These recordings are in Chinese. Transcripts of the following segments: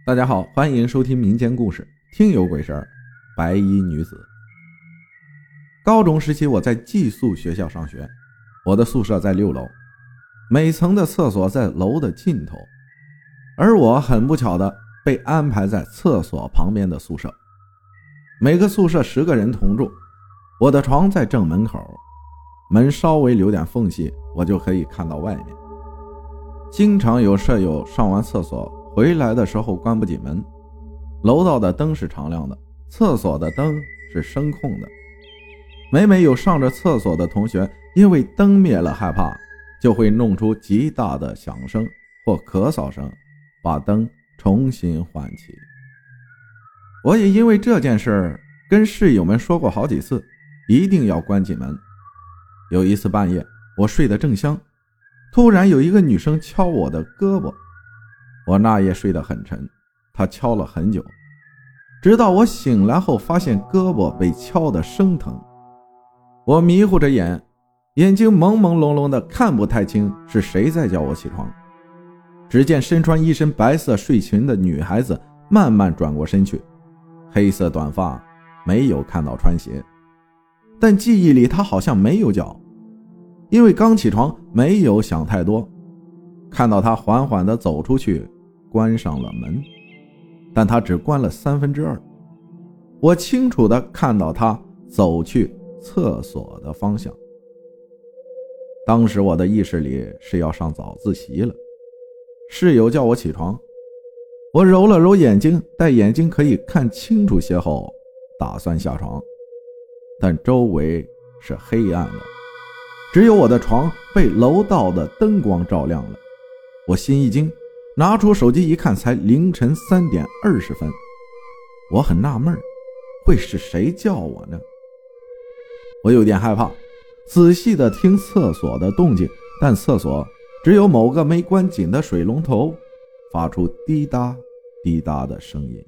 大家好，欢迎收听民间故事，听有鬼神白衣女子。高中时期我在寄宿学校上学，我的宿舍在6楼，每层的厕所在楼的尽头，而我很不巧的被安排在厕所旁边的宿舍。每个宿舍10个人同住，我的床在正门口，门稍微留点缝隙，我就可以看到外面。经常有舍友上完厕所回来的时候关不紧门，楼道的灯是常亮的，厕所的灯是声控的。每每有上着厕所的同学因为灯灭了害怕，就会弄出极大的响声或咳嗽声，把灯重新唤起。我也因为这件事跟室友们说过好几次，一定要关紧门。有一次半夜，我睡得正香，突然有一个女生敲我的胳膊。我那夜睡得很沉，她敲了很久，直到我醒来后发现胳膊被敲得生疼。我迷糊着眼，眼睛朦朦胧胧的看不太清是谁在叫我起床。只见身穿一身白色睡裙的女孩子慢慢转过身去，黑色短发，没有看到穿鞋，但记忆里她好像没有叫，因为刚起床没有想太多。看到她缓缓地走出去，关上了门，但她只关了2/3。我清楚地看到她走去厕所的方向。当时我的意识里是要上早自习了，室友叫我起床，我揉了揉眼睛，待眼睛可以看清楚些后，打算下床，但周围是黑暗的，只有我的床被楼道的灯光照亮了。我心一惊，拿出手机一看，才凌晨3点20分。我很纳闷，会是谁叫我呢？我有点害怕，仔细地听厕所的动静，但厕所只有某个没关紧的水龙头发出滴答滴答的声音。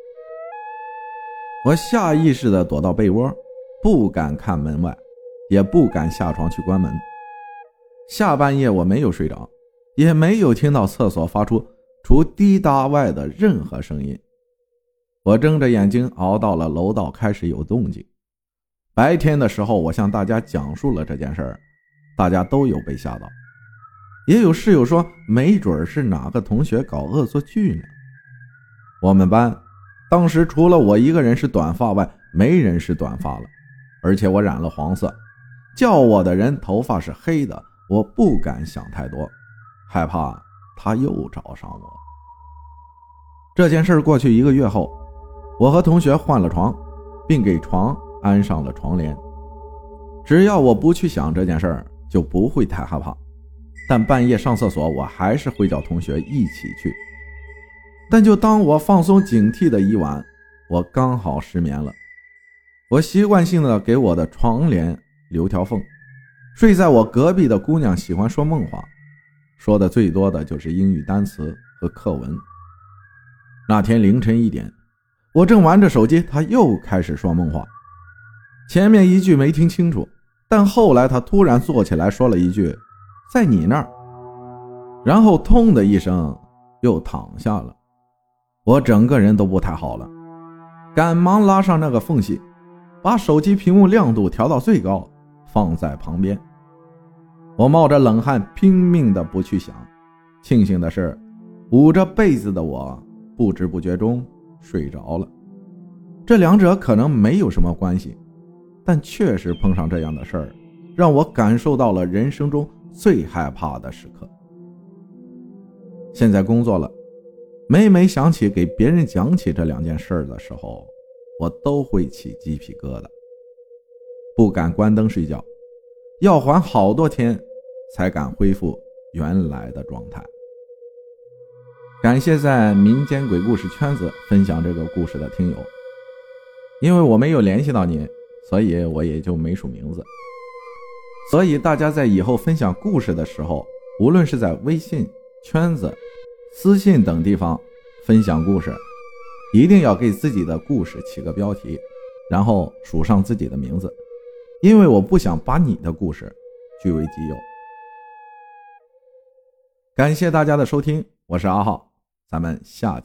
我下意识地躲到被窝，不敢看门外，也不敢下床去关门。下半夜我没有睡着，也没有听到厕所发出除滴答外的任何声音。我睁着眼睛熬到了楼道开始有动静。白天的时候我向大家讲述了这件事儿，大家都有被吓到，也有室友说没准是哪个同学搞恶作剧呢。我们班当时除了我一个人是短发外，没人是短发了，而且我染了黄色，叫我的人头发是黑的。我不敢想太多，害怕他又找上我。这件事过去1个月后，我和同学换了床，并给床安上了床帘。只要我不去想这件事儿，就不会太害怕。但半夜上厕所，我还是会叫同学一起去。但就当我放松警惕的一晚，我刚好失眠了。我习惯性的给我的床帘留条缝，睡在我隔壁的姑娘喜欢说梦话，说的最多的就是英语单词和课文。那天凌晨1点，我正玩着手机，她又开始说梦话。前面一句没听清楚，但后来她突然坐起来说了一句在你那儿，然后痛的一声又躺下了。我整个人都不太好了，赶忙拉上那个缝隙，把手机屏幕亮度调到最高，放在旁边。我冒着冷汗拼命的不去想，庆幸的是捂着被子的我不知不觉中睡着了。这两者可能没有什么关系，但确实碰上这样的事儿，让我感受到了人生中最害怕的时刻。现在工作了，每每想起给别人讲起这2件事的时候，我都会起鸡皮疙瘩，不敢关灯睡觉，要缓好多天才敢恢复原来的状态。感谢在民间鬼故事圈子分享这个故事的听友，因为我没有联系到你，所以我也就没署名字。所以大家在以后分享故事的时候，无论是在微信、圈子、私信等地方分享故事，一定要给自己的故事起个标题，然后署上自己的名字，因为我不想把你的故事据为己有。感谢大家的收听，我是阿浩，咱们下期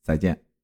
再见。